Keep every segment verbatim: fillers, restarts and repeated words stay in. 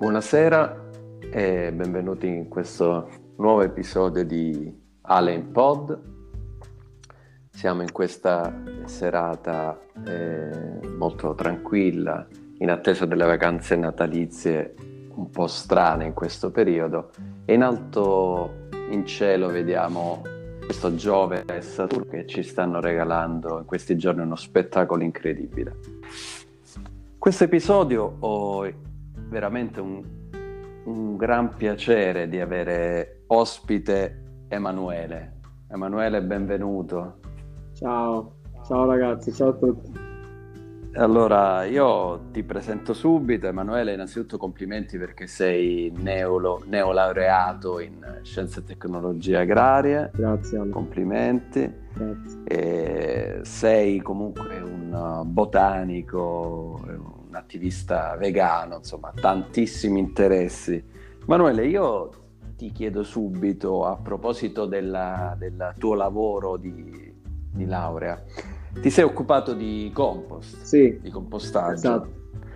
Buonasera e benvenuti in questo nuovo episodio di Allen Pod. Siamo in questa serata eh, molto tranquilla, in attesa delle vacanze natalizie un po' strane in questo periodo, e in alto in cielo vediamo questo Giove e Saturno che ci stanno regalando in questi giorni uno spettacolo incredibile. Questo episodio ho veramente un, un gran piacere di avere ospite Emanuele. Emanuele, benvenuto. Ciao, ciao ragazzi, ciao a tutti. Allora, io ti presento subito. Emanuele, innanzitutto complimenti perché sei neolo, neolaureato in Scienze e Tecnologie Agrarie. Grazie. Ale. Complimenti. Grazie. E sei comunque un botanico, un attivista vegano, insomma, tantissimi interessi. Emanuele, io ti chiedo subito, a proposito della, del tuo lavoro di, di laurea, ti sei occupato di compost, sì, di compostaggio. Esatto.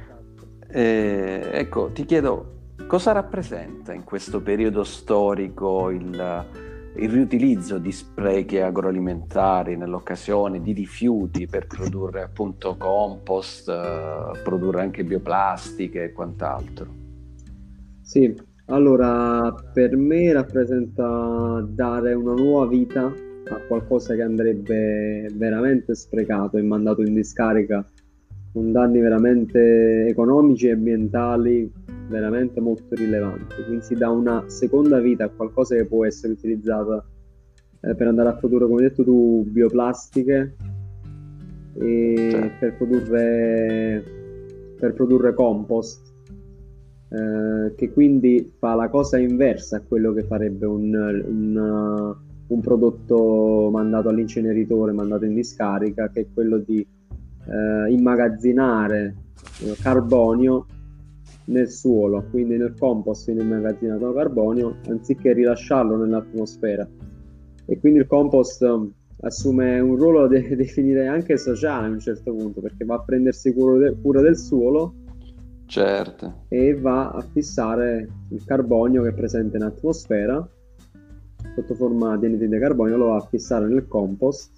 E, ecco, ti chiedo cosa rappresenta in questo periodo storico il, il riutilizzo di sprechi agroalimentari nell'occasione di rifiuti per produrre appunto compost, eh, produrre anche bioplastiche e quant'altro. Sì, allora per me rappresenta dare una nuova vita a qualcosa che andrebbe veramente sprecato e mandato in discarica con danni veramente economici e ambientali veramente molto rilevanti. Quindi si dà una seconda vita a qualcosa che può essere utilizzata eh, per andare a produrre, come hai detto tu, bioplastiche e Certo. per produrre per produrre compost, eh, che quindi fa la cosa inversa a quello che farebbe un, un, un prodotto mandato all'inceneritore, mandato in discarica, che è quello di eh, immagazzinare eh, carbonio nel suolo. Quindi nel compost viene immagazzinato carbonio anziché rilasciarlo nell'atmosfera, e quindi il compost assume un ruolo de- definire anche sociale a un certo punto, perché va a prendersi cura, de- cura del suolo. Certo. E va a fissare il carbonio che è presente in atmosfera sotto forma di anidride carbonio, lo va a fissare nel compost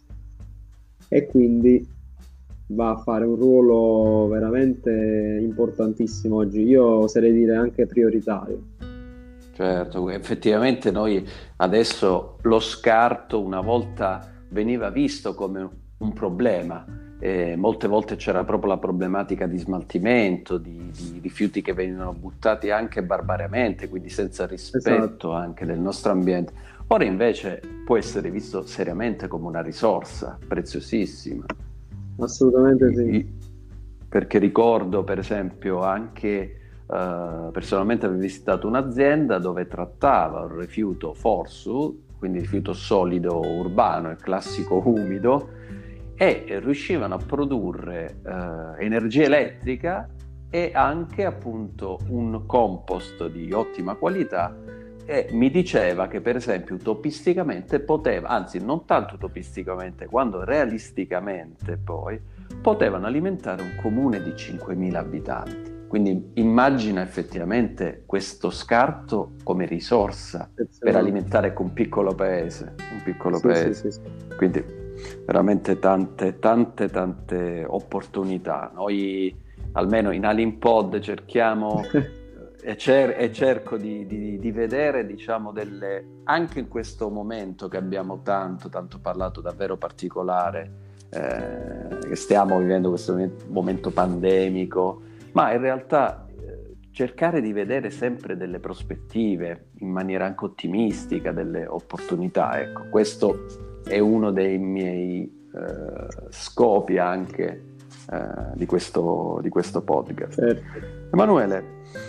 e quindi va a fare un ruolo veramente importantissimo oggi, io oserei dire anche prioritario. Certo, effettivamente noi adesso lo scarto una volta veniva visto come un problema, eh, molte volte c'era proprio la problematica di smaltimento, di, di rifiuti che venivano buttati anche barbariamente, quindi senza rispetto Esatto. anche del nostro ambiente. Ora invece può essere visto seriamente come una risorsa preziosissima. Assolutamente sì. Perché ricordo per esempio anche Uh, personalmente avevo visitato un'azienda dove trattava un rifiuto forsu, quindi rifiuto solido urbano, il classico umido, e riuscivano a produrre uh, energia elettrica e anche appunto un compost di ottima qualità, e mi diceva che per esempio utopisticamente poteva, anzi non tanto utopisticamente, quando realisticamente poi potevano alimentare un comune di cinquemila abitanti. Quindi immagina effettivamente questo scarto come risorsa per alimentare un piccolo paese, un piccolo sì, paese. Sì, sì, sì. Quindi veramente tante, tante, tante opportunità. Noi almeno in AlinPod cerchiamo e, cer- e cerco di, di, di vedere, diciamo, delle, anche in questo momento che abbiamo tanto, tanto parlato, davvero particolare, eh, che stiamo vivendo questo momento pandemico, ma in realtà eh, cercare di vedere sempre delle prospettive in maniera anche ottimistica, delle opportunità. Ecco, questo è uno dei miei eh, scopi anche eh, di, questo, di questo podcast. Certo. Emanuele,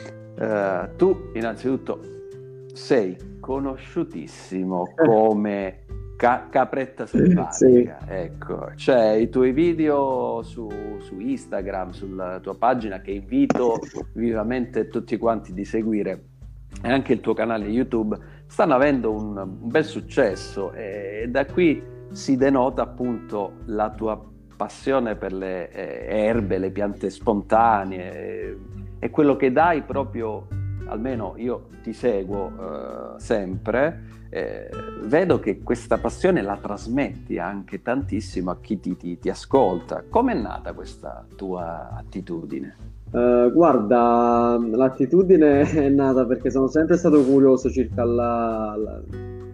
eh, tu innanzitutto sei conosciutissimo come Ca- capretta selvatica, sì. Ecco, c'è i tuoi video su, su Instagram, sulla tua pagina, che invito vivamente tutti quanti di seguire, e anche il tuo canale YouTube stanno avendo un, un bel successo, e, e da qui si denota appunto la tua passione per le eh, erbe, le piante spontanee, e, e quello che dai proprio almeno io ti seguo uh, sempre, eh, vedo che questa passione la trasmetti anche tantissimo a chi ti, ti, ti ascolta. Com'è nata questa tua attitudine? Uh, guarda, l'attitudine è nata perché sono sempre stato curioso circa la, la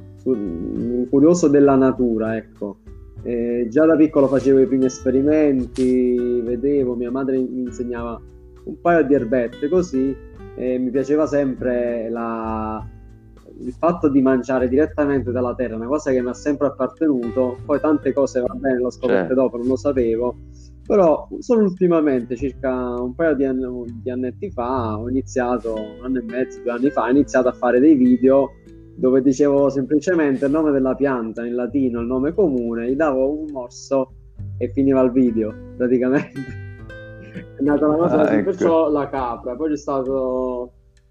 su, curioso della natura, ecco. E già da piccolo facevo i primi esperimenti, vedevo, mia madre mi insegnava un paio di erbette così, e mi piaceva sempre la, il fatto di mangiare direttamente dalla terra, una cosa che mi ha sempre appartenuto. Poi tante cose, va bene, l'ho scoperte Certo. dopo, non lo sapevo. Però solo ultimamente, circa un paio di, anni, di annetti fa, ho iniziato, un anno e mezzo, due anni fa, ho iniziato a fare dei video dove dicevo semplicemente il nome della pianta in latino, il nome comune, gli davo un morso e finiva il video, praticamente. È nata la cosa Ah, così, ecco. perciò la capra. Poi c'è stato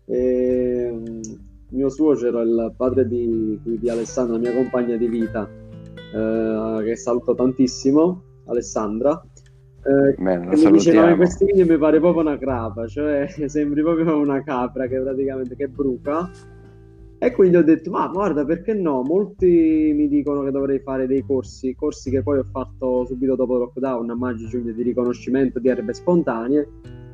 eh, mio suocero, il padre di, di Alessandra, la mia compagna di vita, eh, che saluto tantissimo, Alessandra. Eh, Bene, la che mi diceva in salutiamo. questi video mi pare proprio una crapa, cioè sembri proprio una capra che praticamente che bruca. E quindi ho detto, ma guarda, perché no? Molti mi dicono che dovrei fare dei corsi, corsi che poi ho fatto subito dopo il lockdown, a maggio-giugno, di riconoscimento di erbe spontanee.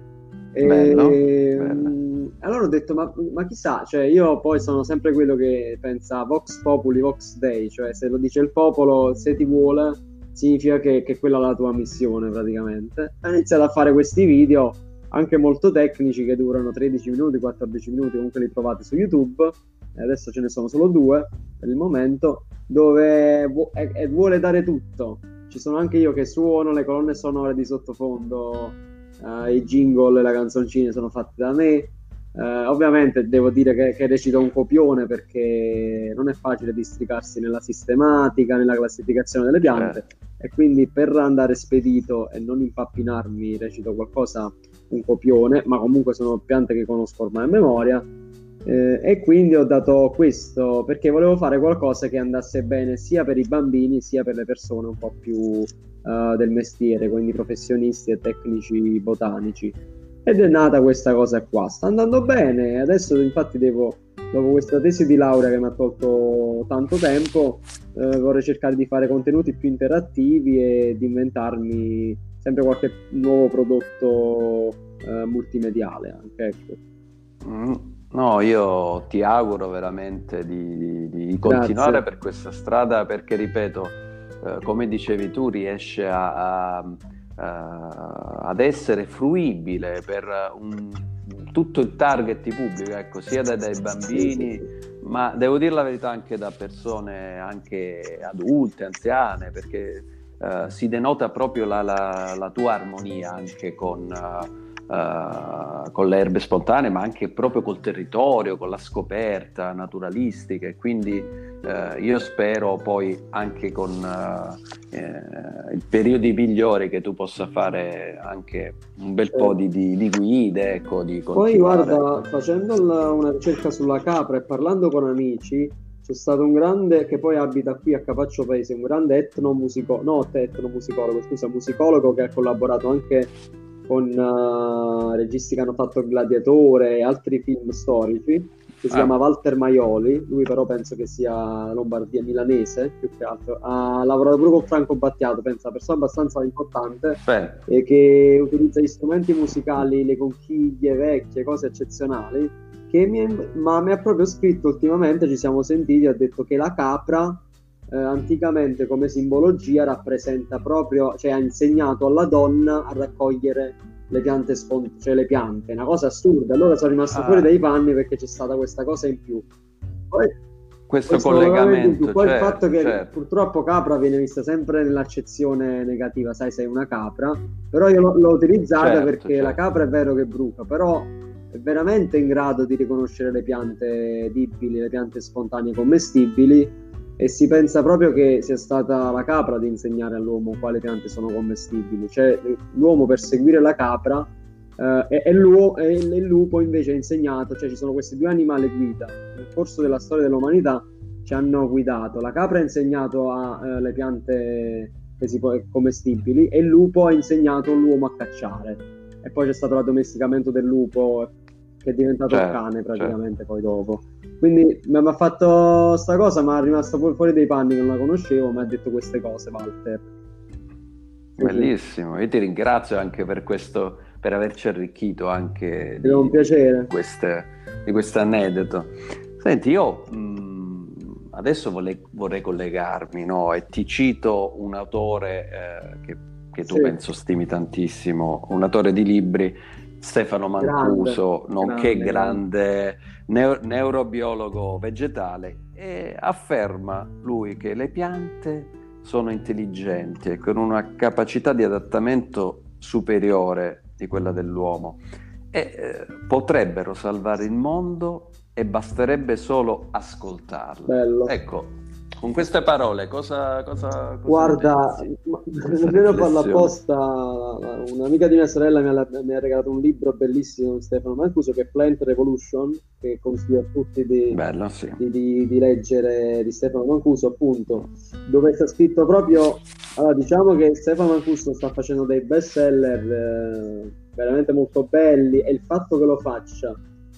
Bello, E bello. mh, allora ho detto, ma, ma chissà, cioè io poi sono sempre quello che pensa Vox Populi, Vox Dei, cioè se lo dice il popolo, se ti vuole, significa che, che quella è la tua missione praticamente. Ho iniziato a fare questi video, anche molto tecnici, che durano tredici minuti, quattordici minuti, comunque li trovate su YouTube. E adesso ce ne sono solo due per il momento, dove vu- e, e vuole dare tutto. Ci sono anche io che suono, le colonne sonore di sottofondo, eh, i jingle, le canzoncine sono fatte da me. Eh, ovviamente devo dire che, che recito un copione, perché non è facile districarsi nella sistematica, nella classificazione delle piante, Certo. e quindi per andare spedito e non impappinarmi recito qualcosa, un copione, ma comunque sono piante che conosco ormai a memoria. Eh, e quindi ho dato questo perché volevo fare qualcosa che andasse bene sia per i bambini sia per le persone un po' più eh, del mestiere, quindi professionisti e tecnici botanici. Ed è nata questa cosa qua. Sta andando bene. Adesso, infatti, devo, dopo questa tesi di laurea che mi ha tolto tanto tempo, eh, vorrei cercare di fare contenuti più interattivi e di inventarmi sempre qualche nuovo prodotto eh, multimediale anche, ecco. Mm, No, io ti auguro veramente di, di- di continuare Grazie. per questa strada perché, ripeto, eh, come dicevi tu, riesce a, a- a- ad essere fruibile per un- tutto il target di pubblico, ecco, sia dai, dai Sì, sì, bambini, sì. ma devo dire la verità anche da persone anche adulte, anziane, perché eh, si denota proprio la, la- la tua armonia anche con... eh, Uh, con le erbe spontanee, ma anche proprio col territorio, con la scoperta naturalistica. E quindi uh, io spero poi anche con uh, eh, i periodi migliori che tu possa fare anche un bel po' di, Certo. di, di guide, ecco, di Poi continuare. guarda, facendo la- una ricerca sulla capra e parlando con amici, c'è stato un grande, che poi abita qui a Capaccio Paese, un grande etnomusicologo, no, etnomusicologo, scusa, musicologo, che ha collaborato anche con eh, registi che hanno fatto Il Gladiatore e altri film storici, che si chiama Ah, Walter Maioli. Lui però penso che sia Lombardia, milanese più che altro. Ha lavorato proprio con Franco Battiato, penso, una persona abbastanza importante, bene. e che utilizza gli strumenti musicali, le conchiglie vecchie, cose eccezionali. Che mi, è- ma mi ha proprio scritto ultimamente, ci siamo sentiti, ha detto che la capra eh, anticamente come simbologia rappresenta proprio, cioè ha insegnato alla donna a raccogliere le piante spont- cioè le piante, una cosa assurda. Allora sono rimasto fuori Ah, dai panni, perché c'è stata questa cosa in più. Poi questo questo collegamento in più, collegamento, poi il fatto certo, che certo. purtroppo capra viene vista sempre nell'accezione negativa, sai, sei una capra, però io l'ho, l'ho utilizzata Certo, perché la certo. capra è vero che bruca, però è veramente in grado di riconoscere le piante edibili, le piante spontanee commestibili, e si pensa proprio che sia stata la capra ad insegnare all'uomo quali piante sono commestibili, cioè l'uomo per seguire la capra eh, e, e, l'uo- e il il lupo invece ha insegnato, cioè ci sono questi due animali guida nel corso della storia dell'umanità, ci hanno guidato. La capra ha insegnato alle piante che si può- commestibili, e il lupo ha insegnato all'uomo a cacciare, e poi c'è stato l'addomesticamento del lupo. che è diventato il certo, cane praticamente certo. poi dopo. Quindi mi ha fatto sta cosa, ma è rimasto poi fuori dai panni, che non la conoscevo, mi ha detto queste cose, Walter. Sì, sì, Bellissimo, io ti ringrazio anche per questo, per averci arricchito anche è un di, di, di piacere. queste, di questo aneddoto. Senti, io mh, adesso vorrei, vorrei collegarmi, no? E ti cito un autore eh, che, che tu Sì, penso stimi tantissimo, un autore di libri, Stefano grande, Mancuso, nonché grande, grande. grande neo- neurobiologo vegetale, e afferma lui che le piante sono intelligenti e con una capacità di adattamento superiore di quella dell'uomo e eh, potrebbero salvare il mondo e basterebbe solo ascoltarle. Bello. Ecco, con queste parole cosa, cosa, cosa ne Guarda, pensi ma- di questa nemmeno farlo riflessione? apposta, un'amica di mia sorella mi ha, mi ha regalato un libro bellissimo di Stefano Mancuso che è Plant Revolution, che consiglio a tutti di, Bello, sì. di- di- di leggere di Stefano Mancuso, appunto, dove sta scritto proprio, allora, diciamo che Stefano Mancuso sta facendo dei best seller eh, veramente molto belli e il fatto che lo faccia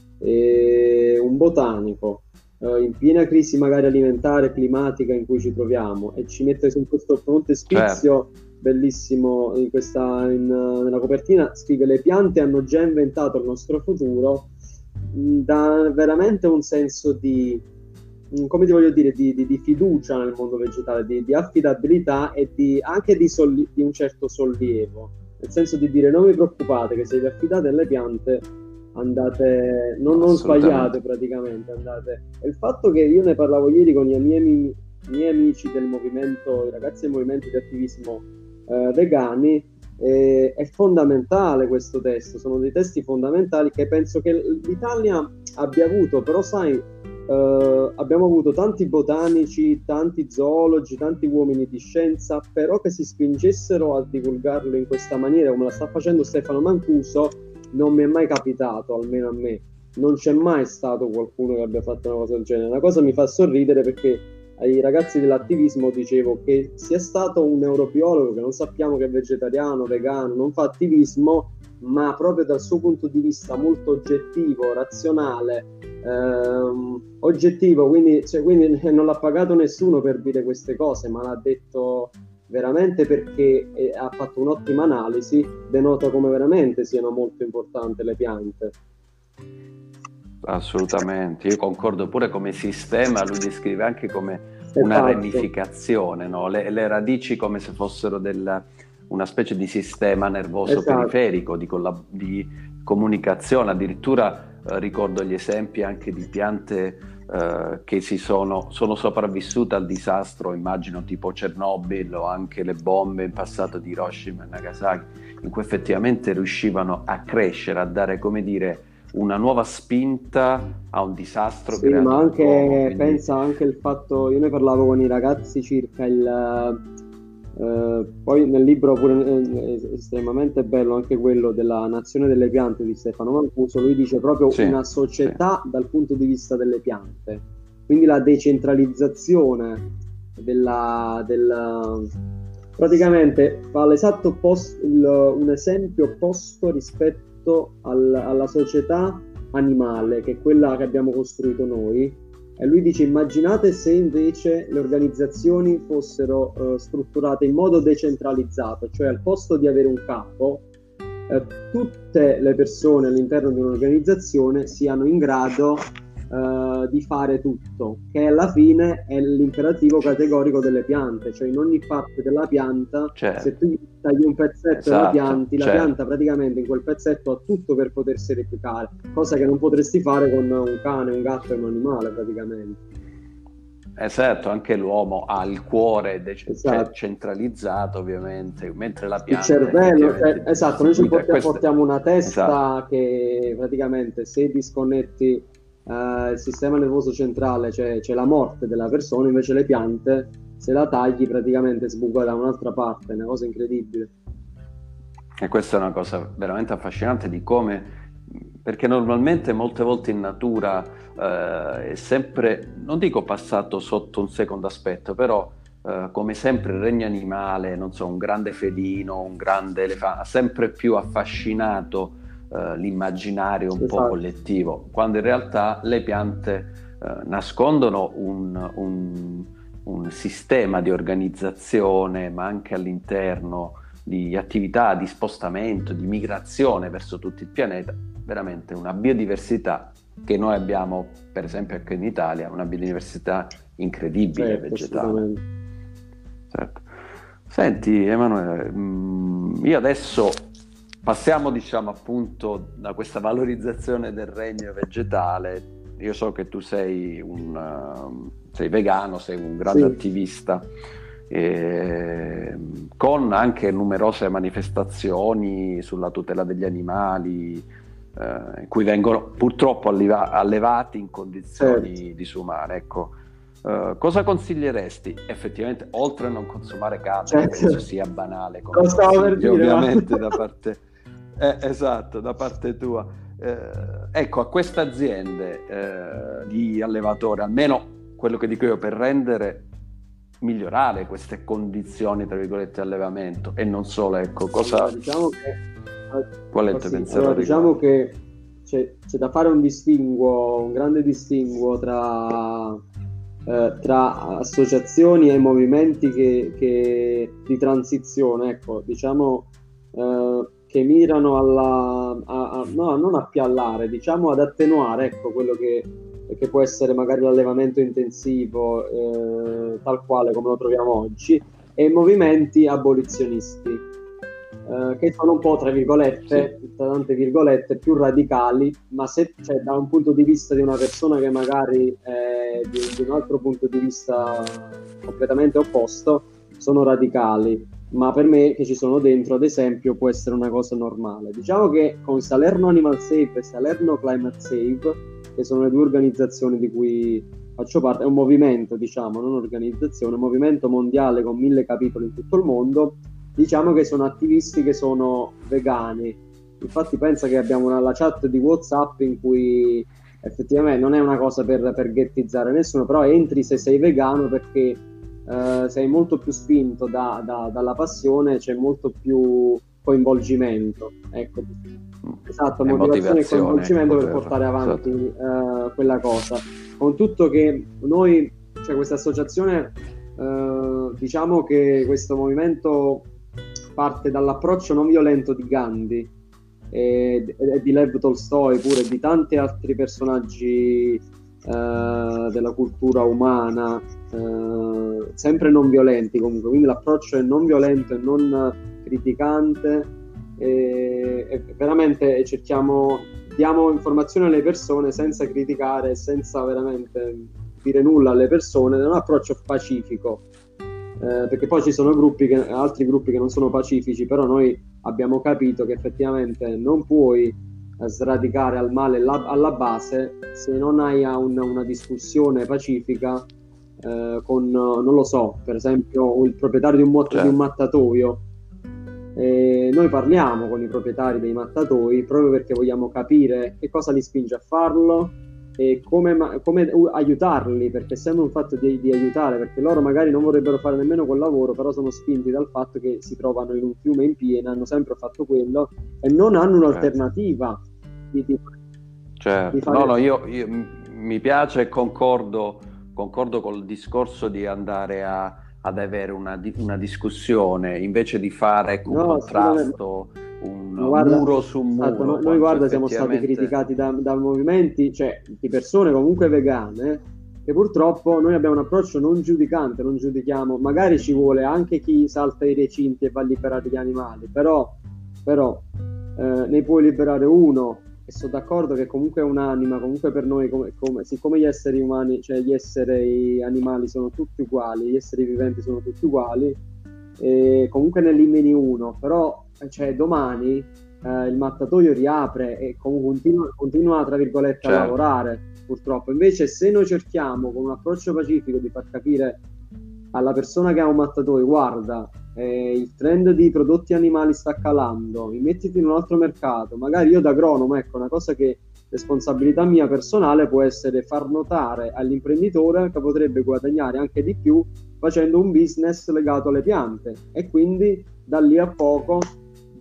eh, un botanico eh, in piena crisi magari alimentare e climatica in cui ci troviamo e ci mette su questo Certo, frontespizio bellissimo in questa, in, nella copertina, scrive: le piante hanno già inventato il nostro futuro, mh, dà veramente un senso di, mh, come ti voglio dire, di, di- di fiducia nel mondo vegetale, di, di affidabilità e di, anche di, solli- di un certo sollievo, nel senso di dire: non vi preoccupate, che se vi affidate alle piante andate, non, non sbagliate assolutamente. praticamente, andate. E il fatto che io ne parlavo ieri con i miei, i miei amici del movimento, i ragazzi del movimento di attivismo eh, vegani, eh, è fondamentale questo testo, sono dei testi fondamentali che penso che l'Italia abbia avuto, però sai, eh, abbiamo avuto tanti botanici, tanti zoologi, tanti uomini di scienza, però che si spingessero a divulgarlo in questa maniera, come la sta facendo Stefano Mancuso, non mi è mai capitato, almeno a me. Non c'è mai stato qualcuno che abbia fatto una cosa del genere. Una cosa mi fa sorridere perché ai ragazzi dell'attivismo dicevo che sia stato un neurobiologo che non sappiamo che è vegetariano, vegano, non fa attivismo, ma proprio dal suo punto di vista molto oggettivo, razionale, ehm, oggettivo, quindi, cioè, quindi non l'ha pagato nessuno per dire queste cose, ma l'ha detto veramente perché eh, ha fatto un'ottima analisi, denota come veramente siano molto importanti le piante. Assolutamente, io concordo pure come sistema, lui descrive anche come una Esatto, ramificazione, no? Le, le radici come se fossero del- una specie di sistema nervoso esatto. periferico, di, collab- di comunicazione, addirittura eh, ricordo gli esempi anche di piante eh, che si sono, sono sopravvissute al disastro, immagino tipo Chernobyl o anche le bombe in passato di Hiroshima e Nagasaki, in cui effettivamente riuscivano a crescere, a dare, come dire, una nuova spinta a un disastro Sì, ma creato dall'uomo. anche, Quindi, pensa anche il fatto, io ne parlavo con i ragazzi circa il, eh, poi nel libro pure eh, è estremamente bello anche quello della Nazione delle piante di Stefano Mancuso, lui dice proprio sì, una sì, società dal punto di vista delle piante, quindi la decentralizzazione della, della- praticamente fa l'esatto opposto, il- un esempio opposto rispetto al- alla società animale, che è quella che abbiamo costruito noi. E lui dice: immaginate se invece le organizzazioni fossero eh, strutturate in modo decentralizzato, cioè al posto di avere un capo, eh, tutte le persone all'interno di un'organizzazione siano in grado eh, di fare tutto, che alla fine è l'imperativo categorico delle piante, cioè in ogni parte della pianta, se certo, tu tagli un pezzetto e la esatto, pianti, la pianta certo. praticamente in quel pezzetto ha tutto per potersi replicare, cosa che non potresti fare con un cane, un gatto e un animale praticamente. Esatto, anche l'uomo ha il cuore dec- cioè, Esatto. centralizzato ovviamente, mentre la Il pianta cervello, cioè, effettivamente è esatto, noi ci distribuita. porti- Questo, portiamo una esatto, testa che praticamente se disconnetti eh, il sistema nervoso centrale, cioè c'è la morte della persona, invece le piante, se la tagli praticamente sbuca da un'altra parte, è una cosa incredibile. e questa è una cosa veramente affascinante di come, perché normalmente molte volte in natura eh, è sempre, non dico passato sotto un secondo aspetto, però eh, come sempre il regno animale, non so, un grande felino, un grande elefante, ha sempre più affascinato eh, l'immaginario un Esatto. po' collettivo, quando in realtà le piante eh, nascondono un, un, un sistema di organizzazione, ma anche all'interno di attività di spostamento, di migrazione verso tutto il pianeta, veramente una biodiversità che noi abbiamo, per esempio anche in Italia, una biodiversità incredibile, Certo, vegetale. assolutamente. Certo. Senti Emanuele, io adesso passiamo, diciamo, appunto da questa valorizzazione del regno vegetale. Io so che tu sei un uh, sei vegano, sei un grande Sì. attivista, eh, con anche numerose manifestazioni sulla tutela degli animali, eh, in cui vengono purtroppo alleva- allevati in condizioni Certo. disumane. Ecco, uh, cosa consiglieresti effettivamente, oltre a non consumare carne, Certo. che penso sia banale come Lo stavo per consiglio, dire, ovviamente ma... da parte eh, esatto, da parte tua. Eh, ecco, a queste aziende eh, di allevatori, almeno quello che dico io, per rendere migliorare queste condizioni tra virgolette di allevamento, e non solo, ecco, cosa Allora, diciamo che qual è il tuo Sì, pensiero allora al diciamo riguardo? che c'è, c'è da fare un distinguo, un grande distinguo tra, eh, tra associazioni e movimenti che, che- di transizione, ecco, diciamo, eh, che mirano alla, a, a- no, non a piallare, diciamo ad attenuare, ecco, quello che, che può essere magari l'allevamento intensivo, eh, tal quale come lo troviamo oggi, e movimenti abolizionisti. Eh, che sono un po', tra virgolette, tra tante virgolette, più radicali, ma se, cioè, da un punto di vista di una persona che magari è di, di un altro punto di vista completamente opposto, sono radicali, ma per me che ci sono dentro, ad esempio, può essere una cosa normale. Diciamo che con Salerno Animal Save e Salerno Climate Save, che sono le due organizzazioni di cui faccio parte, è un movimento, diciamo, non un'organizzazione, un movimento mondiale con mille capitoli in tutto il mondo. Diciamo che sono attivisti che sono vegani. Infatti pensa che abbiamo una, la chat di WhatsApp in cui effettivamente non è una cosa per, per ghettizzare nessuno, però entri se sei vegano perché eh, sei molto più spinto da, da, dalla passione, c'è molto più coinvolgimento. Ecco. Esatto, E motivazione e motivazione, coinvolgimento ecco, per per- portare avanti esatto. eh, quella cosa. Con tutto che noi, cioè questa associazione, eh, diciamo che questo movimento parte dall'approccio non violento di Gandhi e, e di Lev Tolstoi, pure di tanti altri personaggi eh, della cultura umana, eh, sempre non violenti comunque, quindi l'approccio è non violento e non criticante, e, e veramente cerchiamo, diamo informazioni alle persone senza criticare, senza veramente dire nulla alle persone, è un approccio pacifico. Eh, perché poi ci sono gruppi che, altri gruppi che non sono pacifici, però noi abbiamo capito che effettivamente non puoi eh, sradicare al male la, alla base se non hai un, una discussione pacifica eh, con, non lo so, per esempio il proprietario di un, mot- Certo. di un mattatoio. Eh, noi parliamo con i proprietari dei mattatoi proprio perché vogliamo capire che cosa li spinge a farlo e come, come aiutarli, perché sembra un fatto di, di aiutare, perché loro magari non vorrebbero fare nemmeno quel lavoro, però sono spinti dal fatto che si trovano in un fiume in piena, hanno sempre fatto quello e non hanno un'alternativa. Di, di, Certo, di fare... no, no, io, io mi piace e concordo, concordo col discorso di andare a, ad avere una, una discussione invece di fare ecco, un no, contrasto, un Ma guarda, muro su muro. esatto, noi, noi quanto guarda siamo stati effettivamente... criticati da, da movimenti, cioè di persone comunque vegane, e purtroppo noi abbiamo un approccio non giudicante, non giudichiamo, magari ci vuole anche chi salta i recinti e va a liberare gli animali, però, però eh, ne puoi liberare uno, e sono d'accordo che comunque è un'anima, comunque per noi, come, come, siccome gli esseri umani, cioè gli esseri animali sono tutti uguali, gli esseri viventi sono tutti uguali, e comunque ne elimini uno, però cioè, domani eh, il mattatoio riapre e comunque continua, continua tra virgolette Certo. a lavorare, purtroppo. Invece se noi cerchiamo con un approccio pacifico di far capire alla persona che ha un mattatoio, guarda, eh, il trend di prodotti animali sta calando, mettiti in un altro mercato, magari io da agronomo, ecco, una cosa che responsabilità mia personale può essere far notare all'imprenditore che potrebbe guadagnare anche di più facendo un business legato alle piante, e quindi da lì a poco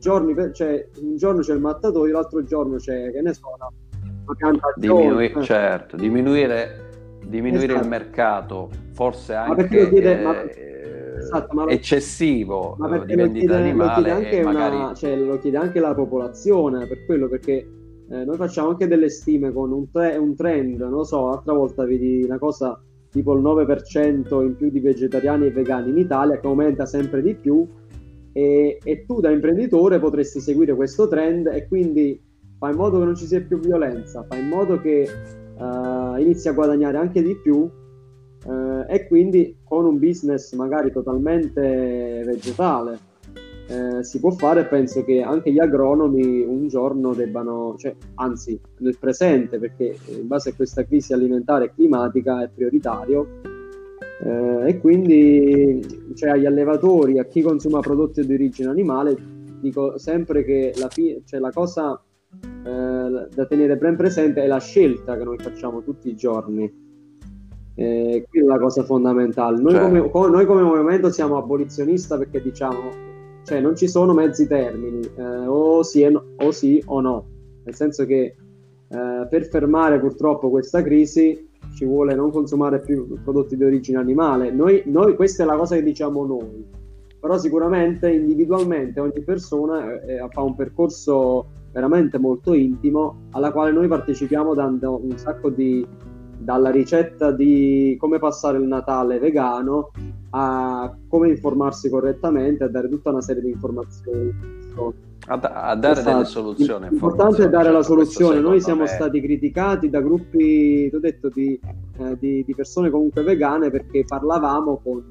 giorni, per, cioè un giorno c'è il mattatoio, l'altro giorno c'è, che ne so, una, una Diminui- piantagione. certo, diminuire, diminuire il Esatto. mercato, forse Ma perché lo anche chiede, ma, eh, esatto, ma, lo, ma eccessivo eh, di perché lo vendita chiede, lo chiede animale e anche magari una, cioè lo chiede anche la popolazione, per quello, perché eh, noi facciamo anche delle stime con un, tre- un trend, non lo so, l'altra volta vedi una cosa tipo il nove per cento in più di vegetariani e vegani in Italia, che aumenta sempre di più, e, e tu da imprenditore potresti seguire questo trend e quindi fai in modo che non ci sia più violenza, fai in modo che eh, inizi a guadagnare anche di più, eh, e quindi con un business magari totalmente vegetale eh, si può fare. Penso che anche gli agronomi un giorno debbano, cioè, anzi nel presente, perché in base a questa crisi alimentare e climatica è prioritario, eh, e quindi, cioè, agli allevatori, a chi consuma prodotti di origine animale, dico sempre che la, fi- cioè, la cosa eh, da tenere ben presente è la scelta che noi facciamo tutti i giorni. Eh, qui è la cosa fondamentale. Noi come, cioè, co- noi come movimento siamo abolizionista perché diciamo, cioè non ci sono mezzi termini, eh, o, sì e no- o sì o no, nel senso che eh, per fermare purtroppo questa crisi ci vuole non consumare più prodotti di origine animale. Noi, noi questa è la cosa che diciamo noi, però sicuramente individualmente ogni persona eh, fa un percorso veramente molto intimo alla quale noi partecipiamo dando un sacco di, dalla ricetta di come passare il Natale vegano a come informarsi correttamente, a dare tutta una serie di informazioni. a, da- a dare Esatto. delle soluzioni e L'importante è informazioni. dare la Certo, questo soluzione. Noi secondo siamo me- stati criticati da gruppi, ti ho detto, di, eh, di, di persone comunque vegane perché parlavamo con,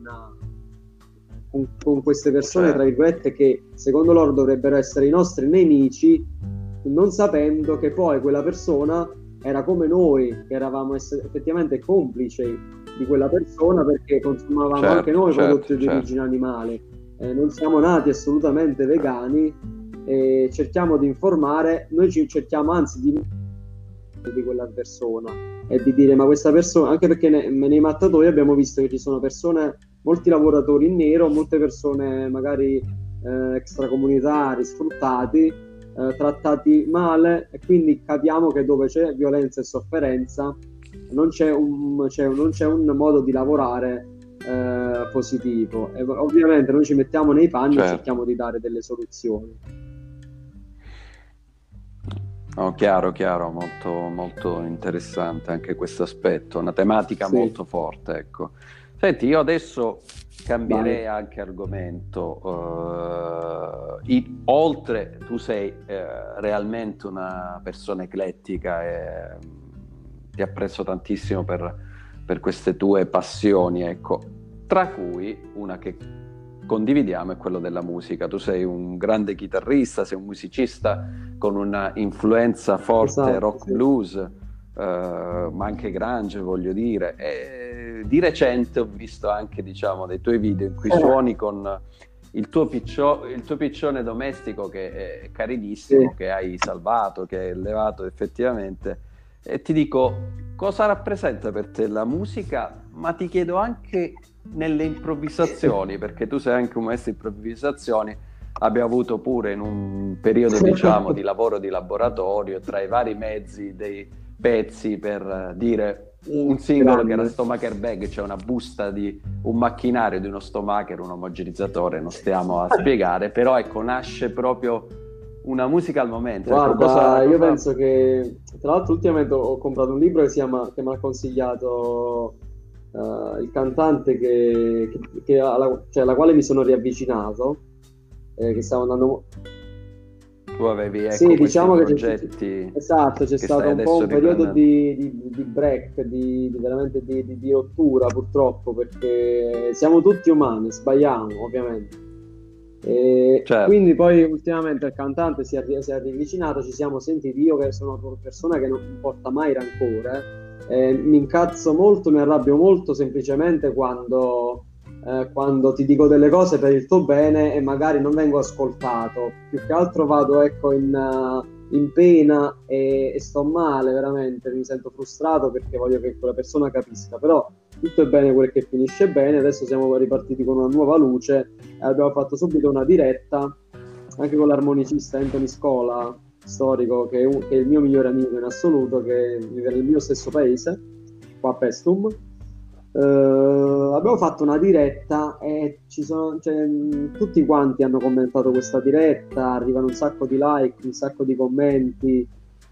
con, con queste persone, Certo. tra virgolette, che secondo loro dovrebbero essere i nostri nemici, non sapendo che poi quella persona era come noi, che eravamo ess- effettivamente complici di quella persona perché consumavamo Certo, anche noi certo, prodotti di certo. origine animale. Eh, non siamo nati assolutamente vegani e cerchiamo di informare, noi ci cerchiamo anzi di di quella persona e di dire ma questa persona, anche perché ne, nei mattatoi abbiamo visto che ci sono persone, molti lavoratori in nero, molte persone magari eh, extracomunitari, sfruttati, eh, trattati male, e quindi capiamo che dove c'è violenza e sofferenza non c'è un, c'è, non c'è un modo di lavorare eh, positivo, e ovviamente noi ci mettiamo nei panni Certo. e cerchiamo di dare delle soluzioni. No, chiaro, chiaro, molto, molto interessante anche questo aspetto, una tematica Sì. molto forte, ecco. Senti, io adesso cambierei Vai. anche argomento. eh, i- oltre, tu sei eh, realmente una persona eclettica e mm, ti apprezzo tantissimo per, per queste tue passioni, ecco, tra cui una che condividiamo è quello della musica. Tu sei un grande chitarrista, sei un musicista con una influenza forte Esatto, rock sì. blues, eh, ma anche grunge, voglio dire. E di recente ho visto anche, diciamo, dei tuoi video in cui Eh. suoni con il tuo, piccio- il tuo piccione domestico che è carinissimo, Sì. che hai salvato, che hai allevato effettivamente. E ti dico, cosa rappresenta per te la musica? Ma ti chiedo anche nelle improvvisazioni, perché tu sei anche un maestro di improvvisazioni. Abbiamo avuto pure in un periodo, diciamo, di lavoro di laboratorio, tra i vari mezzi, dei pezzi per dire un singolo Grande. che era Stomacher Bag, cioè una busta di un macchinario di uno stomacher, un omogenizzatore, non stiamo a spiegare, però ecco, nasce proprio una musica al momento. Ecco, Guarda, cosa, io cosa... penso che, tra l'altro, ultimamente ho comprato un libro che si chiama, che mi ha consigliato eh, il cantante che, che- che alla, cioè, alla quale mi sono riavvicinato, eh, che stavo andando. Tu avevi, ecco, Sì, questi diciamo che c'è, progetti esatto, c'è che stato stai un po' adesso un periodo riprendendo. di, di- di break, di, di veramente di, di- di rottura, purtroppo, perché siamo tutti umani, sbagliamo, ovviamente. E Certo. quindi poi ultimamente il cantante si è, si è riavvicinato, ci siamo sentiti. Io che sono una persona che non porta mai rancore, eh, mi incazzo molto, mi arrabbio molto semplicemente quando, eh, quando ti dico delle cose per il tuo bene e magari non vengo ascoltato. Più che altro vado, ecco, in, uh, in pena e, e sto male, veramente, mi sento frustrato perché voglio che quella persona capisca, però tutto è bene quel che finisce bene. Adesso siamo ripartiti con una nuova luce e abbiamo fatto subito una diretta anche con l'armonicista Anthony Scola, storico, che è, un, che è il mio migliore amico in assoluto, che vive nel mio stesso paese, qua a Pestum. Uh, abbiamo fatto una diretta e ci sono, cioè, tutti quanti hanno commentato questa diretta, arrivano un sacco di like, un sacco di commenti.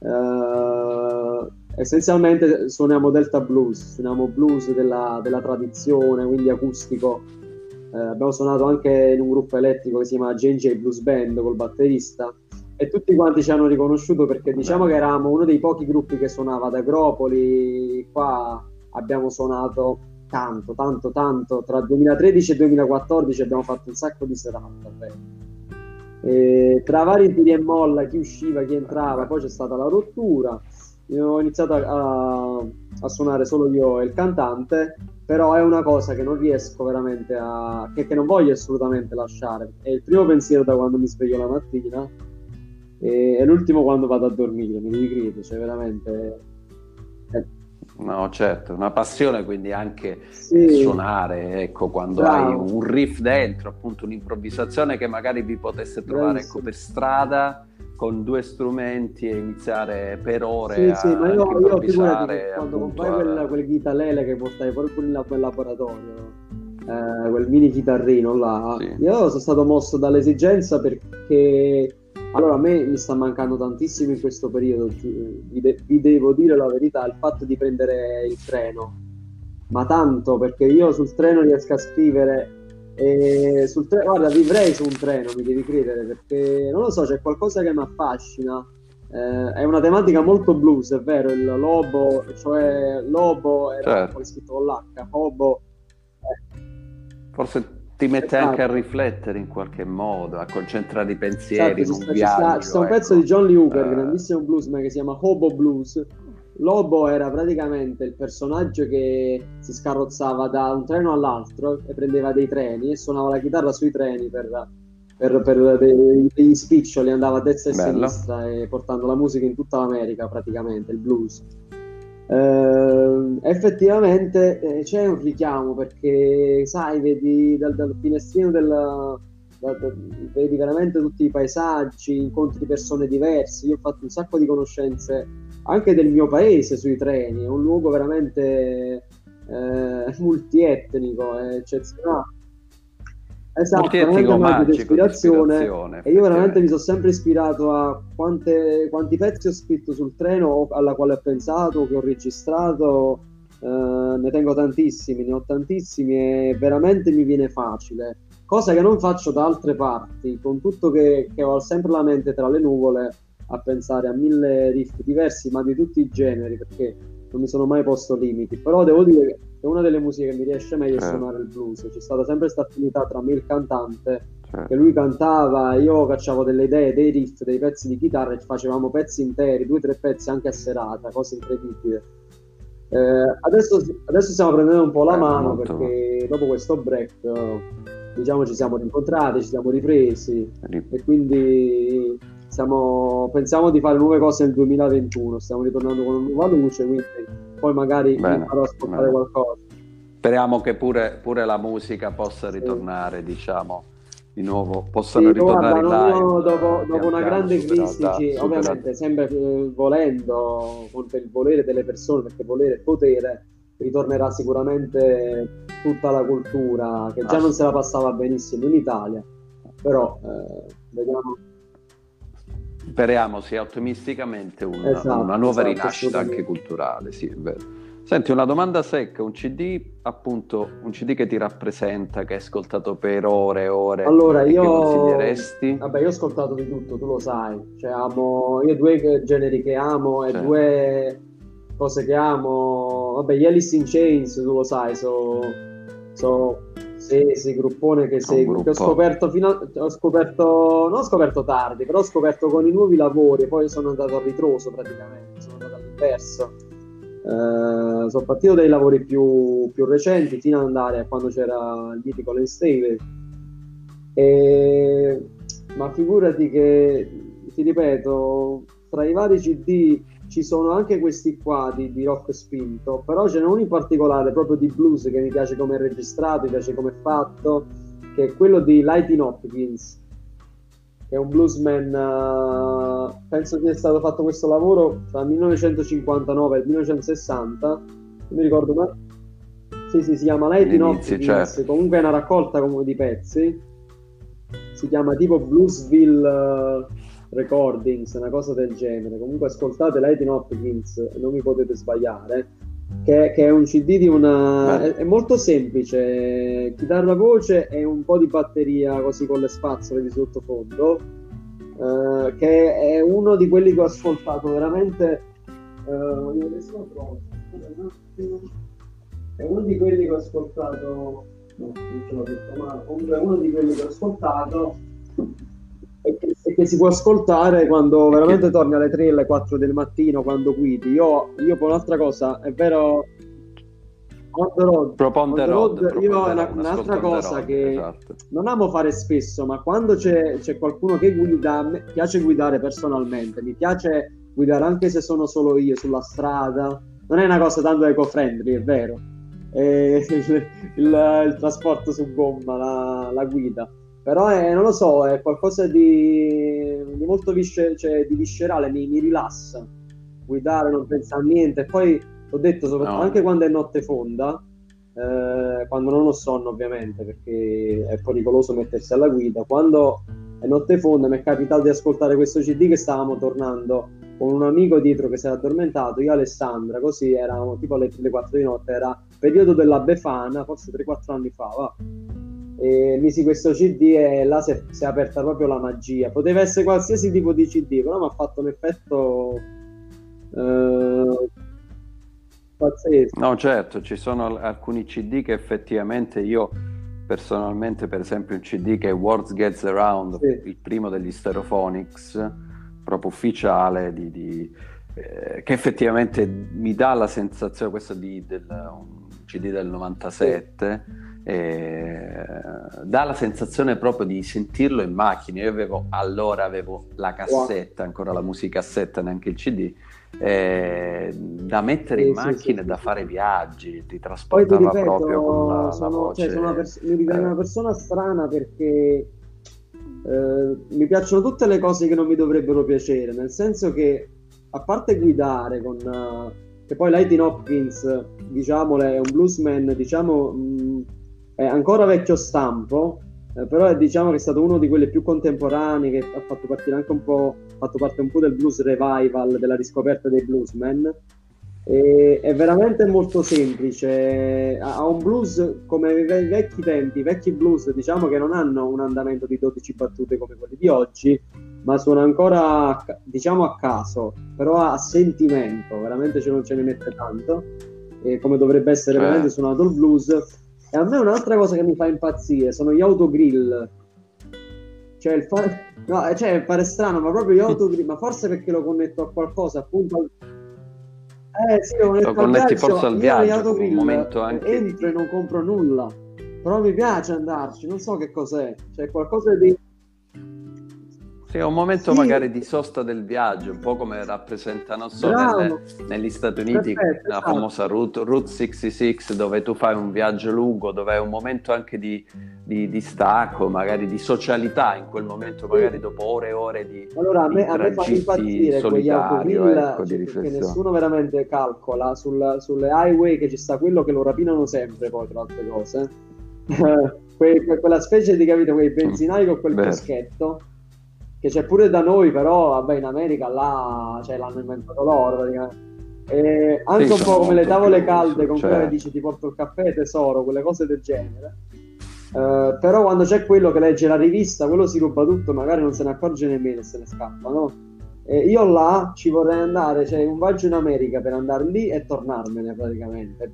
Uh, essenzialmente suoniamo Delta Blues, suoniamo blues della, della tradizione, quindi acustico. Uh, abbiamo suonato anche in un gruppo elettrico che si chiama J J Blues Band col batterista, e tutti quanti ci hanno riconosciuto perché diciamo che eravamo uno dei pochi gruppi che suonava ad Agropoli. Qua abbiamo suonato tanto, tanto, tanto. Tra duemilatredici e duemilaquattordici abbiamo fatto un sacco di serate. E tra vari tiri e molla, chi usciva, chi entrava, poi c'è stata la rottura. Io ho iniziato a, a suonare solo io e il cantante, però è una cosa che non riesco veramente a... che, che non voglio assolutamente lasciare. È il primo pensiero da quando mi sveglio la mattina e è l'ultimo quando vado a dormire, mi devi credere, cioè veramente... È... No, certo, una passione, quindi anche sì, suonare, ecco, quando bravo. Hai un riff dentro, appunto un'improvvisazione che magari vi potesse trovare ecco, per strada con due strumenti e iniziare per ore sì, a sì, ma io, improvvisare. Io quando comprai quel, quel chitarrele che portai proprio in quel laboratorio, eh, quel mini chitarrino là, sì. Io sono stato mosso dall'esigenza perché... Allora, a me mi sta mancando tantissimo in questo periodo, vi, de- vi devo dire la verità, il fatto di prendere il treno, ma tanto, perché io sul treno riesco a scrivere, e sul tre- guarda, vivrei su un treno, mi devi credere, perché non lo so, c'è qualcosa che mi affascina, eh, è una tematica molto blues, è vero, il lobo, cioè lobo era certo. Poi scritto con l'H, hobo. Eh. Forse... ti mette esatto. Anche a riflettere in qualche modo, a concentrare i pensieri esatto, in un sta, viaggio. Ci sta, ci sta un ecco. pezzo di John Lee Hooker, uh... grandissimo bluesman, che si chiama Hobo Blues. Lobo era praticamente il personaggio che si scarrozzava da un treno all'altro e prendeva dei treni e suonava la chitarra sui treni per, per, per dei, degli spiccioli, andava a destra e a sinistra e portando la musica in tutta l'America praticamente, il blues. Uh, effettivamente eh, c'è un richiamo perché sai, vedi dal, dal finestrino del, da, da, vedi veramente tutti i paesaggi, incontri persone diverse. Io ho fatto un sacco di conoscenze anche del mio paese sui treni, è un luogo veramente eh, multietnico, è eccezionale. Esatto, multietnico, magico, di ispirazione, e io veramente mi sono sempre ispirato a quante, quanti pezzi ho scritto sul treno, alla quale ho pensato, che ho registrato, eh, ne tengo tantissimi, ne ho tantissimi e veramente mi viene facile, cosa che non faccio da altre parti, con tutto che, che ho sempre la mente tra le nuvole a pensare a mille riff diversi, ma di tutti i generi, perché non mi sono mai posto limiti, però devo dire che è una delle musiche che mi riesce meglio a suonare il blues. C'è stata sempre questa affinità tra me e il cantante, che lui cantava, io cacciavo delle idee, dei riff, dei pezzi di chitarra e facevamo pezzi interi, due o tre pezzi anche a serata, cose incredibili. Eh, adesso, adesso stiamo prendendo un po' la eh, mano perché dopo questo break diciamo ci siamo rincontrati, ci siamo ripresi e quindi stiamo, pensiamo di fare nuove cose nel duemilaventuno, stiamo ritornando con una nuova luce, quindi poi magari bene, farò ascoltare bene. qualcosa. Speriamo che pure, pure la musica possa ritornare, sì. diciamo, di nuovo, possano sì, ritornare guarda, live. No, dopo, dopo una grande crisi, ci, ovviamente sempre eh, volendo, con il volere delle persone, perché volere è potere, ritornerà sicuramente tutta la cultura, che già ah, non se la passava benissimo in Italia, però eh, vediamo. Speriamo sia ottimisticamente una, esatto, una nuova esatto, rinascita anche culturale, sì, è vero. Senti, una domanda secca, un C D, appunto, un C D che ti rappresenta, che hai ascoltato per ore e ore, allora, e io, che consiglieresti? Vabbè, io ho ascoltato di tutto, tu lo sai, cioè amo, io due generi che amo e certo. due cose che amo, vabbè, gli Alice in Chains, tu lo sai, sono... So, sì, sì, gruppone che seguo, che ho scoperto fino a, ho scoperto, non ho scoperto tardi, però ho scoperto con i nuovi lavori, poi sono andato a ritroso praticamente, sono andato all'inverso. Uh, sono partito dai lavori più, più recenti fino ad andare a quando c'era il mitico Len Staley, e... ma figurati che, ti ripeto, tra i vari C D ci sono anche questi qua di, di rock spinto, però ce n'è uno in particolare proprio di blues che mi piace come è registrato, mi piace come è fatto, che è quello di Lightning Hopkins, che è un bluesman, uh, penso sia stato fatto questo lavoro tra il millenovecentocinquantanove e il millenovecentosessanta, non mi ricordo, ma sì, sì, si chiama Lightning Hopkins, certo. Comunque è una raccolta come di pezzi, si chiama tipo Bluesville uh, Recordings, una cosa del genere. Comunque ascoltate Lightning Hopkins, non mi potete sbagliare, che, che è un C D di una... È, è molto semplice, chitarra voce e un po' di batteria così con le spazzole di sottofondo, uh, che è uno di quelli che ho ascoltato veramente... Uh, io adesso lo trovo. È uno di quelli che ho ascoltato, no, non ce l'ho detto, ma comunque è uno di quelli che ho ascoltato e che, e che si può ascoltare quando veramente che... torni alle tre, alle quattro del mattino, quando guidi. Io, io poi un'altra cosa, è vero, on the road, on the road, road io è una, un'altra cosa road, che esatto. non amo fare spesso, ma quando c'è, c'è qualcuno che guida, a me piace guidare personalmente, mi piace guidare anche se sono solo io sulla strada. Non è una cosa tanto eco-friendly, è vero. Il, il, il trasporto su gomma, la, la guida, però è, non lo so, è qualcosa di, di molto viscer- cioè, di viscerale, mi, mi rilassa guidare, non pensare a niente. E poi ho detto, soprattutto no. anche quando è notte fonda, eh, quando non ho sonno ovviamente, perché è pericoloso mettersi alla guida, quando è notte fonda mi è capitato di ascoltare questo C D che stavamo tornando con un amico dietro che si era addormentato, io e Alessandra, così eravamo tipo alle tre quattro di notte, era periodo della Befana, forse tre quattro anni fa, va. E misi questo C D e là si è, si è aperta proprio la magia. Poteva essere qualsiasi tipo di C D, però mi ha fatto un effetto eh, pazzesco. No, certo, ci sono alcuni C D che effettivamente io personalmente, per esempio un C D che è Words Gets Around, sì. il primo degli Stereophonics, proprio ufficiale, di, di, eh, che effettivamente mi dà la sensazione, questo di del, un C D del novantasette, sì. eh, dà la sensazione proprio di sentirlo in macchina. Io avevo allora avevo la cassetta, wow. ancora la musicassetta, neanche il C D, eh, da mettere sì, in macchina sì, e sì, da sì. fare viaggi, ti trasportava ripeto, proprio con la, sono, la voce. Cioè, sono una pers- mi ritengo eh. una persona strana perché Uh, mi piacciono tutte le cose che non mi dovrebbero piacere, nel senso che a parte guidare con uh, che poi Lightning Hopkins, diciamolo, è un bluesman, diciamo mh, è ancora vecchio stampo, eh, però è, diciamo che è stato uno di quelli più contemporanei, che ha fatto partire anche un po' fatto parte un po' del blues revival, della riscoperta dei bluesmen. E è veramente molto semplice, ha un blues come i vecchi tempi, i vecchi blues, diciamo, che non hanno un andamento di dodici battute come quelli di oggi, ma suona ancora, diciamo, a caso, però a sentimento, veramente non ce ne mette tanto, e come dovrebbe essere cioè. veramente suonato il blues. E a me un'altra cosa che mi fa impazzire sono gli autogrill, cioè il fare, no, cioè pare strano, ma proprio gli autogrill, ma forse perché lo connetto a qualcosa, appunto al... Eh sì, lo, lo connetti forse al viaggio, un momento anche entro e non compro nulla, però mi piace andarci, non so che cos'è, c'è qualcosa di... Sì, è un momento sì. magari di sosta del viaggio, un po' come rappresentano so, nelle, negli Stati Uniti Perfetto, la esatto. famosa Route, Route sessantasei, dove tu fai un viaggio lungo, dove è un momento anche di, di, di stacco, magari di socialità in quel momento, magari sì. dopo ore e ore di allora, a me, di a me fa impazzire quegli autogrill, ecco, cioè, perché nessuno veramente calcola sul, sulle highway che ci sta quello che lo rapinano sempre, poi tra altre cose que, que, quella specie di, capito, quei benzinai con quel chioschetto che c'è pure da noi, però vabbè, in America là, cioè, l'hanno inventato loro praticamente. E anche sì, un po' come le tavole calde con cioè... quelle che dici ti porto il caffè tesoro, quelle cose del genere. Uh, però quando c'è quello che legge la rivista, quello si ruba tutto, magari non se ne accorge nemmeno e se ne scappa, no? E io là ci vorrei andare, cioè un viaggio in America per andare lì e tornarmene praticamente.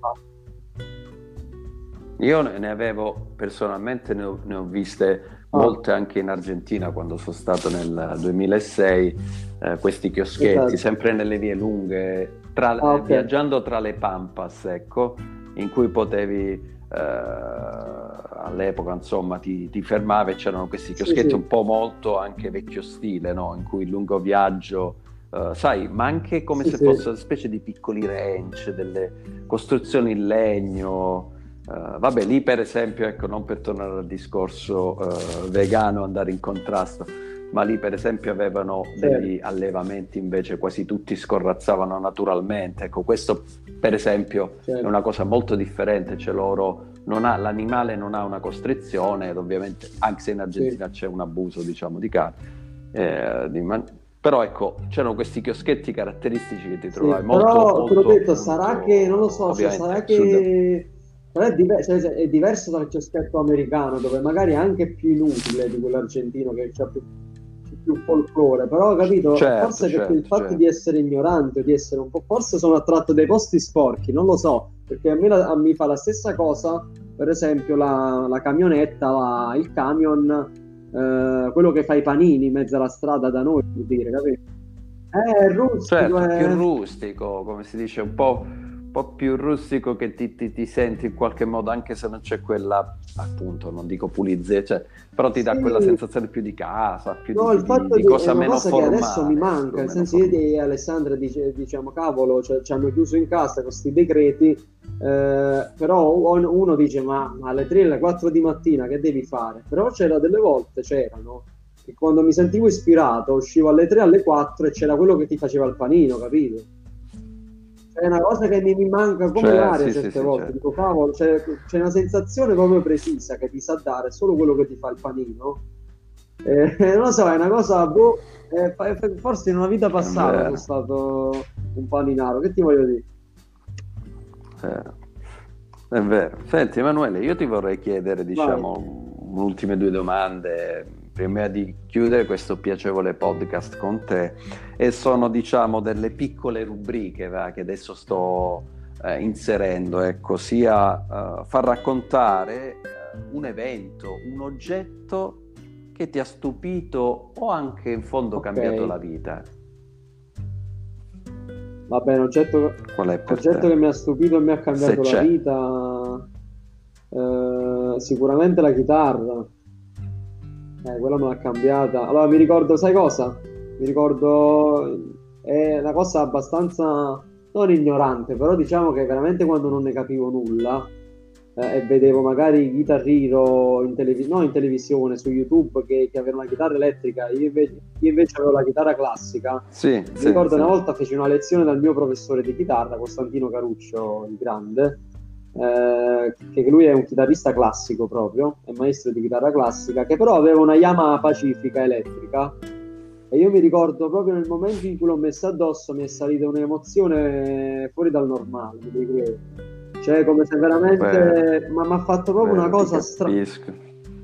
Io ne avevo personalmente ne ho, ne ho viste molte anche in Argentina quando sono stato nel duemilasei, eh, questi chioschetti esatto. sempre nelle vie lunghe, tra, ah, okay. viaggiando tra le Pampas, ecco, in cui potevi eh, all'epoca insomma ti, ti fermavi e c'erano questi chioschetti sì, sì. un po' molto anche vecchio stile, no? In cui il lungo viaggio Uh, sai, ma anche come sì, se sì. fosse una specie di piccoli ranch, delle costruzioni in legno. Uh, vabbè, lì per esempio, ecco, non per tornare al discorso uh, vegano, andare in contrasto, ma lì per esempio avevano Certo. degli allevamenti invece quasi tutti scorrazzavano naturalmente. Ecco, questo per esempio Certo. è una cosa molto differente, cioè loro non ha, l'animale non ha una costrizione, ed ovviamente anche se in Argentina Sì. c'è un abuso, diciamo, di carne, eh, di man- però ecco, c'erano questi chioschetti caratteristici che ti Sì, trovavi molto, però te l'ho molto detto, sarà che, non lo appunto, so, cioè, sarà ovviamente sud. che però è, diver- cioè, è diverso dal cioschetto americano, dove magari è anche più inutile di quello argentino, che c'ha più, c'è più folklore, però, capito, Certo, forse perché il certo, fatto di certo. essere ignorante, o di essere un po', forse sono attratto dai posti sporchi, non lo so, perché a me la- a- mi fa la stessa cosa, per esempio, la, la camionetta, la- il camion, eh, quello che fa i panini in mezzo alla strada da noi, per dire, capito? Eh, è rustico, Certo, più è... rustico, come si dice, un po', un po' più rustico, che ti, ti- ti senti in qualche modo, anche se non c'è quella, appunto, non dico pulizia, cioè, però ti dà quella Sì, sensazione più di casa, più no, di, il di- di- fatto di di, è cosa una meno cosa che adesso mi formale, ecco, manca, nel meno senso io formale. e Alessandra dice- diciamo, cavolo, cioè, ci hanno chiuso in casa con questi decreti, eh, però uno uno dice, ma, ma alle tre, alle quattro di mattina che devi fare? Però c'era delle volte, c'erano, che quando mi sentivo ispirato uscivo alle tre, alle quattro e c'era quello che ti faceva il panino, capito? È una cosa che mi, mi manca come Cioè, l'aria sì, sì, certe sì, volte, certo. dico, cavolo, c'è, c'è una sensazione proprio precisa che ti sa dare solo quello che ti fa il panino. Eh, non lo so, è una cosa, boh, eh, fa- fa- forse in una vita È passata sono vero. stato un paninaro, che ti voglio dire? Eh, È vero. Senti, Emanuele, io ti vorrei chiedere, Vai. diciamo, ultime due domande prima di chiudere questo piacevole podcast con te, e sono, diciamo, delle piccole rubriche, va, che adesso sto eh, inserendo, ecco, sia eh, far raccontare eh, un evento, un oggetto che ti ha stupito o anche in fondo Ok, cambiato la vita. va bene, oggetto, Qual è per oggetto te? che mi ha stupito e mi ha Se cambiato la c'è. vita, eh, sicuramente la chitarra. Eh, quella me l'ha cambiata. Allora, mi ricordo, sai cosa? Mi ricordo, è una cosa abbastanza, non ignorante, però diciamo che veramente quando non ne capivo nulla, eh, e vedevo magari Guitar Hero in, televi- no, in televisione, su YouTube, che, che avevano la chitarra elettrica, io invece, io invece avevo la chitarra classica. Sì, Mi sì, ricordo sì. una volta feci una lezione dal mio professore di chitarra, Costantino Caruccio, il grande, eh, che lui è un chitarrista classico proprio, è maestro di chitarra classica, che però aveva una Yamaha Pacifica elettrica. E io mi ricordo proprio nel momento in cui l'ho messa addosso mi è salita un'emozione fuori dal normale, mi ricordo. Cioè, come se Vero, veramente, ma mi ha fatto proprio una vero, ti cosa strana. capisco.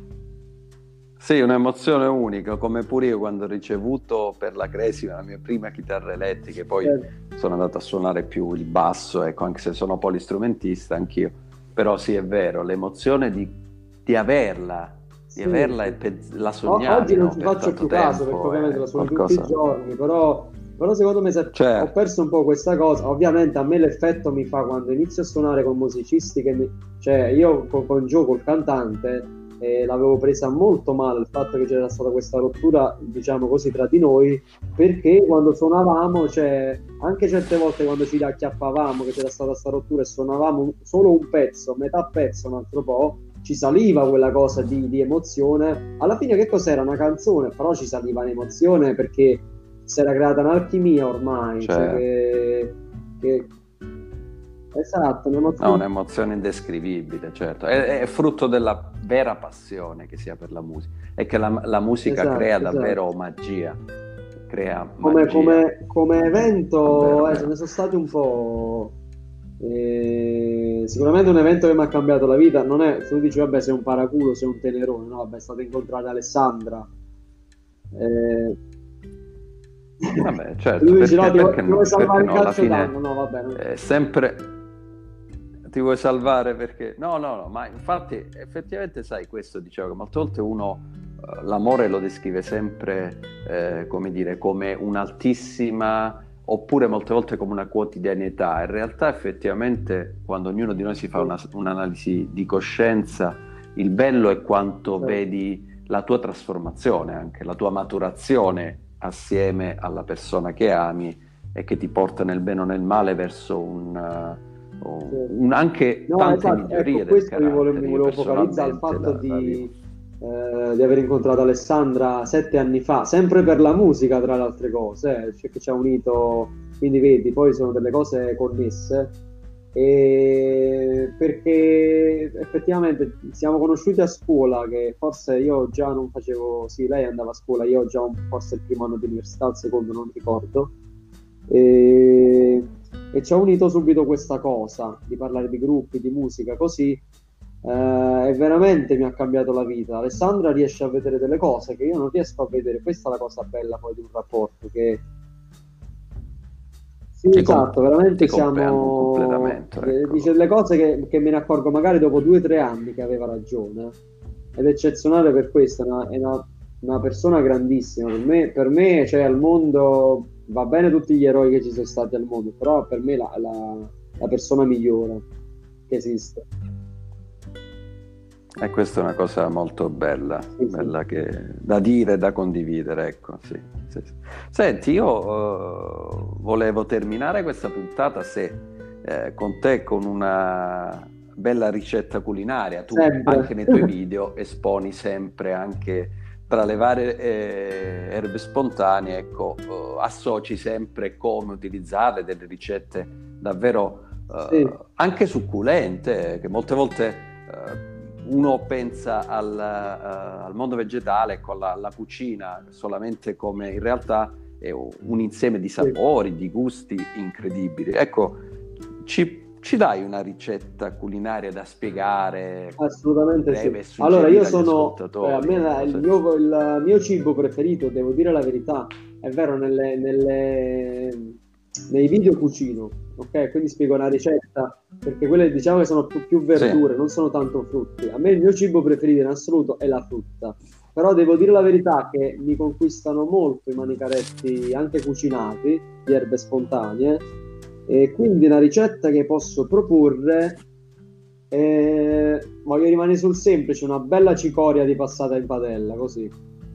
Sì, un'emozione unica, come pure io quando ho ricevuto per la Cresima la mia prima chitarra elettrica, e poi sono andato a suonare più il basso, ecco, anche se sono polistrumentista anch'io. Però sì, è vero, l'emozione di, di averla, di Sì, averla e sì. pe- la O- sognavi, oggi non no, ci per faccio tanto più caso perché tempo, ovviamente è la suono tutti i qualcosa. giorni, però, però secondo me se- ho Certo, perso un po' questa cosa. Ovviamente a me l'effetto mi fa quando inizio a suonare con musicisti che mi... Cioè io con, con Gio, col cantante, eh, l'avevo presa molto male il fatto che c'era stata questa rottura, diciamo così, tra di noi, perché quando suonavamo, cioè, anche certe volte quando ci acchiappavamo, che c'era stata questa rottura e suonavamo solo un pezzo, metà pezzo, un altro po', ci saliva quella cosa di, di emozione. Alla fine che cos'era? Una canzone, però ci saliva l'emozione perché si era creata un'alchimia ormai, cioè certo. che, che... Esatto, No, un'emozione. un'emozione indescrivibile, certo. È, è frutto della vera passione che si ha per la musica, e che la, la musica crea Esatto, esatto. davvero magia, crea Come, magia, come, come davvero, evento, eh, ce vero. ne sono stati un po'. Eh, sicuramente un evento che mi ha cambiato la vita non è, tu dici, vabbè, sei un paraculo, sei un tenerone, no? Vabbè, è stato incontrare Alessandra. Eh, Vabbè, e lui certo, dice, no, perché, ti vuoi, perché ti vuoi no? Perché salvare il no? Alla calcio d'anno? fine No, vabbè, no. è sempre ti vuoi salvare perché... No, no, no, ma infatti effettivamente sai questo, dicevo, che molte volte uno eh, l'amore lo descrive sempre, eh, come dire, come un'altissima, oppure molte volte come una quotidianità. In realtà effettivamente quando ognuno di noi si fa Sì, una, un'analisi di coscienza, il bello è quanto certo. vedi la tua trasformazione, anche la tua maturazione assieme alla persona che ami, e che ti porta nel bene o nel male verso un, uh, Sì. un- anche No, tante esatto, ecco, migliorie del questo mi volevo, mi carattere. Io volevo focalizzare al personalmente fatto la, la di, vivo. eh, di aver incontrato Alessandra sette anni fa, sempre per la musica, tra le altre cose, eh, cioè che ci ha unito, quindi vedi, poi sono delle cose connesse, e perché effettivamente siamo conosciuti a scuola, che forse io già non facevo, sì, lei andava a scuola, io già un- forse il primo anno di università, il secondo non ricordo, e, e ci ha unito subito questa cosa di parlare di gruppi, di musica, così, eh, e veramente mi ha cambiato la vita. Alessandra riesce a vedere delle cose che io non riesco a vedere, questa è la cosa bella poi di un rapporto, che sì, Ti, com- esatto, ti veramente compreendo un siamo... completamento, eh, Dice ecco. delle cose che, che me ne accorgo magari dopo due o tre anni che aveva ragione. Ed è eccezionale per questo, è una, è una- una persona grandissima. Per me, per me, cioè, al mondo, va bene tutti gli eroi che ci sono stati al mondo, però per me la, la- la persona migliore che esiste. E questa è una cosa molto bella, Sì, sì. bella che, da dire, da condividere, ecco, sì, sì, sì. Senti, io eh, volevo terminare questa puntata se eh, con te con una bella ricetta culinaria. Tu Sempre. anche nei tuoi video esponi sempre anche tra le varie eh, erbe spontanee, ecco, eh, associ sempre come utilizzarle, delle ricette davvero Sì. eh, anche succulente, che molte volte eh, uno pensa al, uh, al mondo vegetale, con la, la cucina solamente come in realtà è un insieme di Sì. sapori, di gusti incredibili. Ecco, ci, ci dai una ricetta culinaria da spiegare, Assolutamente sì. breve, e Allora, io suggerire agli sono, eh, a ascoltatori? me la- il Cos'è? mio, il mio cibo preferito, devo dire la verità, è vero, nelle, nelle- nei video cucino, ok? Quindi spiego una ricetta, perché quelle diciamo che sono più, più Sì, verdure, non sono tanto frutti. A me il mio cibo preferito in assoluto è la frutta, però devo dire la verità che mi conquistano molto i manicaretti anche cucinati di erbe spontanee, e quindi una ricetta che posso proporre, eh, voglio rimanere sul semplice, una bella cicoria di passata in padella, così.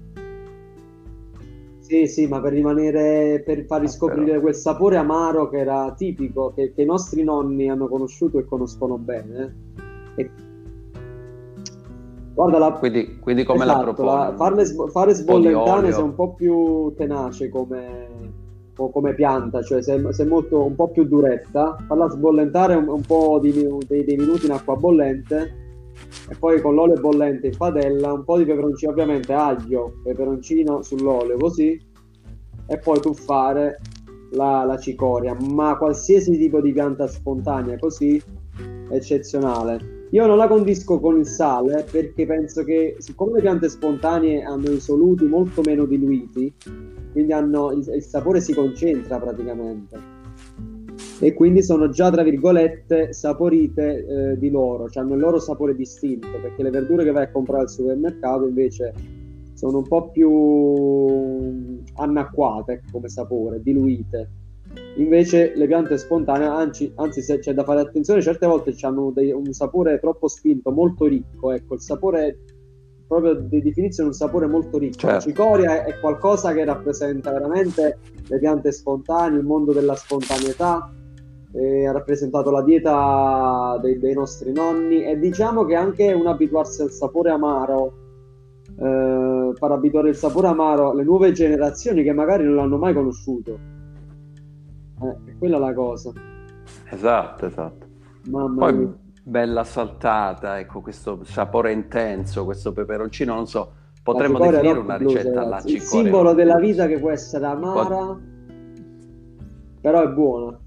Sì, sì, ma per rimanere, per far ah, però. riscoprire quel sapore amaro che era tipico, che, che i nostri nonni hanno conosciuto e conoscono bene. E, guarda, la, Quindi, quindi come la esatto, proponi? la- farle, Un sbo- fare po' di sbollentane se è un olio? po' più tenace come, o come pianta, cioè se, se è molto, un po' più duretta, farla sbollentare un, un po' di, minu- dei, dei minuti in acqua bollente, e poi con l'olio bollente in padella, un po' di peperoncino, ovviamente aglio, peperoncino sull'olio così, e poi tuffare la, la cicoria, ma qualsiasi tipo di pianta spontanea così è eccezionale. Io non la condisco con il sale perché penso che, siccome le piante spontanee hanno i soluti molto meno diluiti, quindi hanno, il, il sapore si concentra praticamente. E quindi sono già, tra virgolette, saporite eh, di loro, cioè hanno il loro sapore distinto, perché le verdure che vai a comprare al supermercato invece sono un po' più annacquate, ecco, come sapore, diluite. Invece le piante spontanee, anzi, anzi se c'è da fare attenzione, certe volte hanno dei- un sapore troppo spinto, molto ricco, ecco, il sapore proprio di definizione, un sapore molto ricco. La Certo. cicoria è, è qualcosa che rappresenta veramente le piante spontanee, il mondo della spontaneità, eh, ha rappresentato la dieta dei, dei nostri nonni, e diciamo che anche un abituarsi al sapore amaro, eh, far abituare il sapore amaro alle nuove generazioni che magari non l'hanno mai conosciuto. Eh, è quella la cosa. Esatto, esatto. Mamma Poi mia. bella saltata, ecco, questo sapore intenso, questo peperoncino, non so, La potremmo cicoria definire Rock una Blues, ricetta alla ragazzi. Il cicoria simbolo rock della vita blues. che può essere Po- amara, però è buona.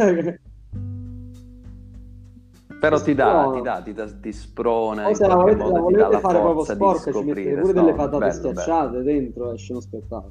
Però ti dà, ti Buono. dà, ti dà, ti sprona O in se la qualche volete, la modo, ti dà volete la fare proprio forza di sporca, ci mettete scoprire. pure delle No, patate bello, bello. schiacciate dentro, esce uno spettacolo.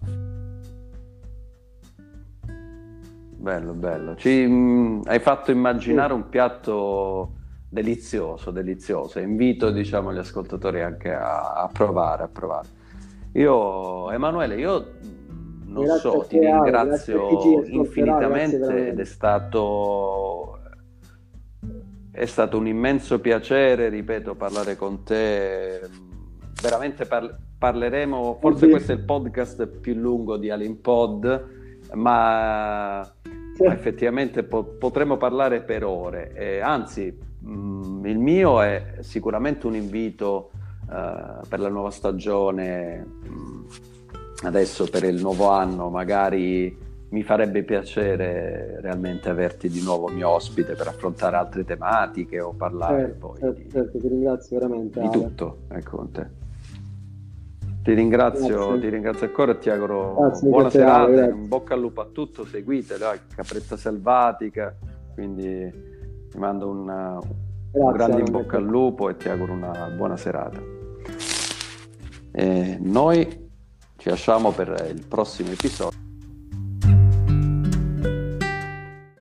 Bello, bello. Ci, mh, hai fatto immaginare Sì, un piatto delizioso, delizioso. Invito, diciamo, gli ascoltatori anche a, a provare, a provare. Io, Emanuele, io mh, non grazie a so, ti te Ale, grazie a chi ci ringrazio ascolterà, grazie infinitamente ed è veramente. stato, è stato un immenso piacere, ripeto, parlare con te. Veramente par- parleremo, forse Oddio. questo è il podcast più lungo di Alimpod, ma, ma effettivamente po- potremmo parlare per ore. Eh, anzi, mh, il mio è sicuramente un invito uh, per la nuova stagione, adesso per il nuovo anno, magari mi farebbe piacere realmente averti di nuovo mio ospite per affrontare altre tematiche o parlare Certo, poi certo, di, certo, ti ringrazio veramente, di Ale. tutto, ecco, con te. Ti ringrazio, Grazie. ti ringrazio ancora e ti auguro Grazie buona anche a te, Ale, serata, grazie. in bocca al lupo a tutto, seguitelo, eh, Capretta Selvatica, quindi ti mando una- un Grazie, grande Ale, in anche a bocca te. al lupo e ti auguro una buona serata. E noi ci lasciamo per il prossimo episodio.